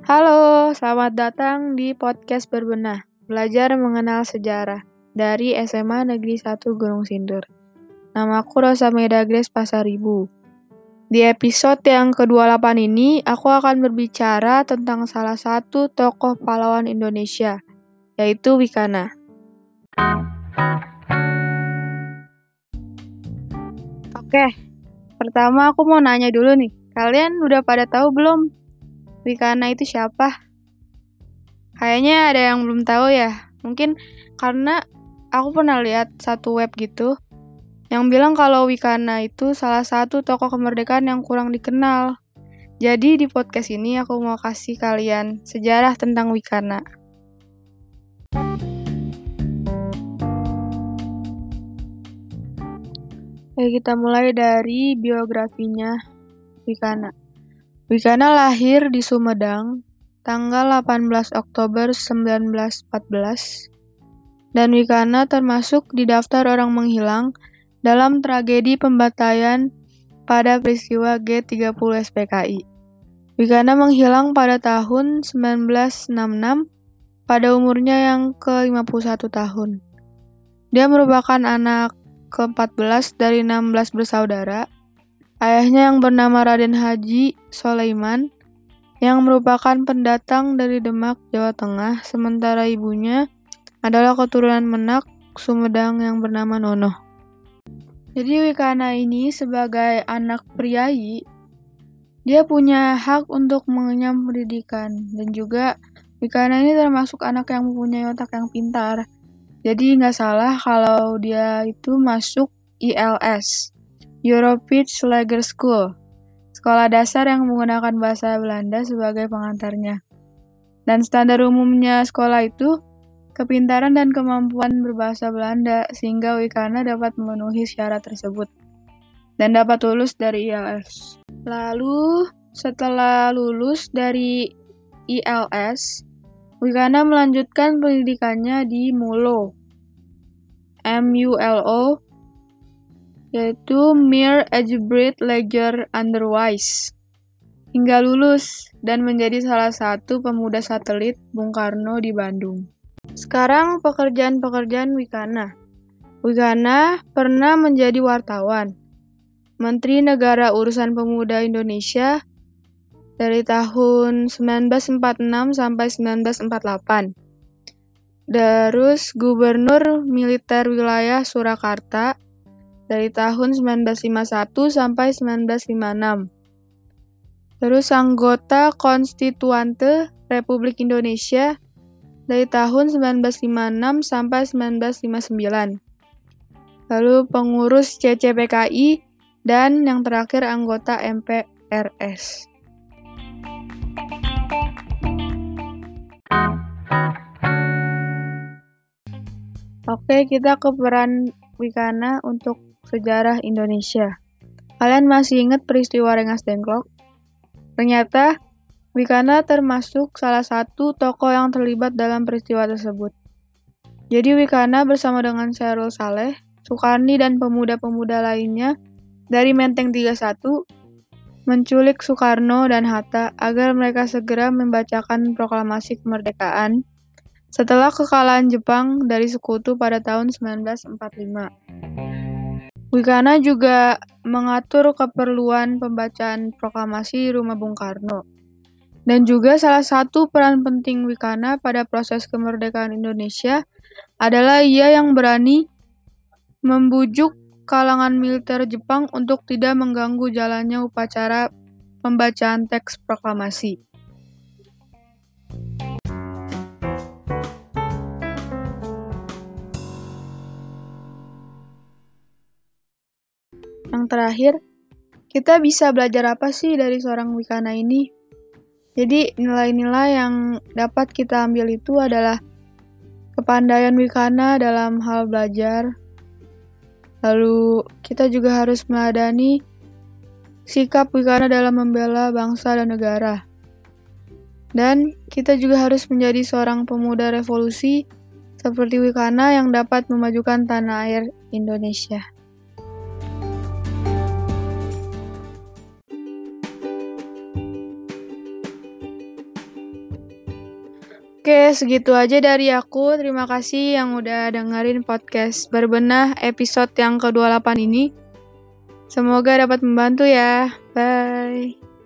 Halo, selamat datang di podcast Berbenah, belajar mengenal sejarah dari SMA Negeri 1 Gunung Sindur. Namaku Rosa Meda Grace Pasaribu. Di episode yang ke-28 ini, aku akan berbicara tentang salah satu tokoh pahlawan Indonesia, yaitu Wikana. Oke, pertama aku mau nanya dulu nih, kalian udah pada tahu belum Wikana itu siapa? Kayaknya ada yang belum tahu ya. Mungkin karena aku pernah lihat satu web gitu yang bilang kalau Wikana itu salah satu tokoh kemerdekaan yang kurang dikenal. Jadi di podcast ini aku mau kasih kalian sejarah tentang Wikana. Oke, kita mulai dari biografinya Wikana. Wikana lahir di Sumedang tanggal 18 Oktober 1914, dan Wikana termasuk di daftar orang menghilang dalam tragedi pembantaian pada peristiwa G30 SPKI. Wikana menghilang pada tahun 1966 pada umurnya yang ke-51 tahun. Dia merupakan anak ke-14 dari 16 bersaudara. Ayahnya yang bernama Raden Haji Soleiman yang merupakan pendatang dari Demak, Jawa Tengah, sementara ibunya adalah keturunan Menak, Sumedang yang bernama Nonoh. Jadi Wikana ini sebagai anak priayi, dia punya hak untuk mengenyam pendidikan, dan juga Wikana ini termasuk anak yang mempunyai otak yang pintar. Jadi nggak salah kalau dia itu masuk ILS, European Lager School, sekolah dasar yang menggunakan bahasa Belanda sebagai pengantarnya. Dan standar umumnya sekolah itu kepintaran dan kemampuan berbahasa Belanda, sehingga Wikana dapat memenuhi syarat tersebut dan dapat lulus dari ILS. Lalu, setelah lulus dari ILS, Wikana melanjutkan pendidikannya di MULO, MULO, yaitu Meer Algebraic Leger Onderwijs, hingga lulus dan menjadi salah satu pemuda satelit Bung Karno di Bandung. Sekarang pekerjaan-pekerjaan Wikana. Wikana pernah menjadi wartawan, Menteri Negara Urusan Pemuda Indonesia dari tahun 1946 sampai 1948. Terus Gubernur Militer Wilayah Surakarta dari tahun 1951 sampai 1956. Terus anggota Konstituante Republik Indonesia dari tahun 1956 sampai 1959. Lalu pengurus CCPKI dan yang terakhir anggota MPRS. Oke, kita ke peran Wikana untuk sejarah Indonesia. Kalian masih ingat peristiwa Rengas Dengklok? Ternyata Wikana termasuk salah satu tokoh yang terlibat dalam peristiwa tersebut. Jadi Wikana bersama dengan Chairul Saleh, Sukarni dan pemuda-pemuda lainnya dari Menteng 31 menculik Soekarno dan Hatta agar mereka segera membacakan proklamasi kemerdekaan setelah kekalahan Jepang dari Sekutu pada tahun 1945. Wikana juga mengatur keperluan pembacaan proklamasi di rumah Bung Karno. Dan juga salah satu peran penting Wikana pada proses kemerdekaan Indonesia adalah ia yang berani membujuk kalangan militer Jepang untuk tidak mengganggu jalannya upacara pembacaan teks proklamasi. Yang terakhir, kita bisa belajar apa sih dari seorang Wikana ini? Jadi nilai-nilai yang dapat kita ambil itu adalah kepandaian Wikana dalam hal belajar. Lalu kita juga harus meladani sikap Wikana dalam membela bangsa dan negara. Dan kita juga harus menjadi seorang pemuda revolusi seperti Wikana yang dapat memajukan tanah air Indonesia. Oke, segitu aja dari aku. Terima kasih yang udah dengerin podcast Berbenah episode yang ke-28 ini. Semoga dapat membantu ya. Bye.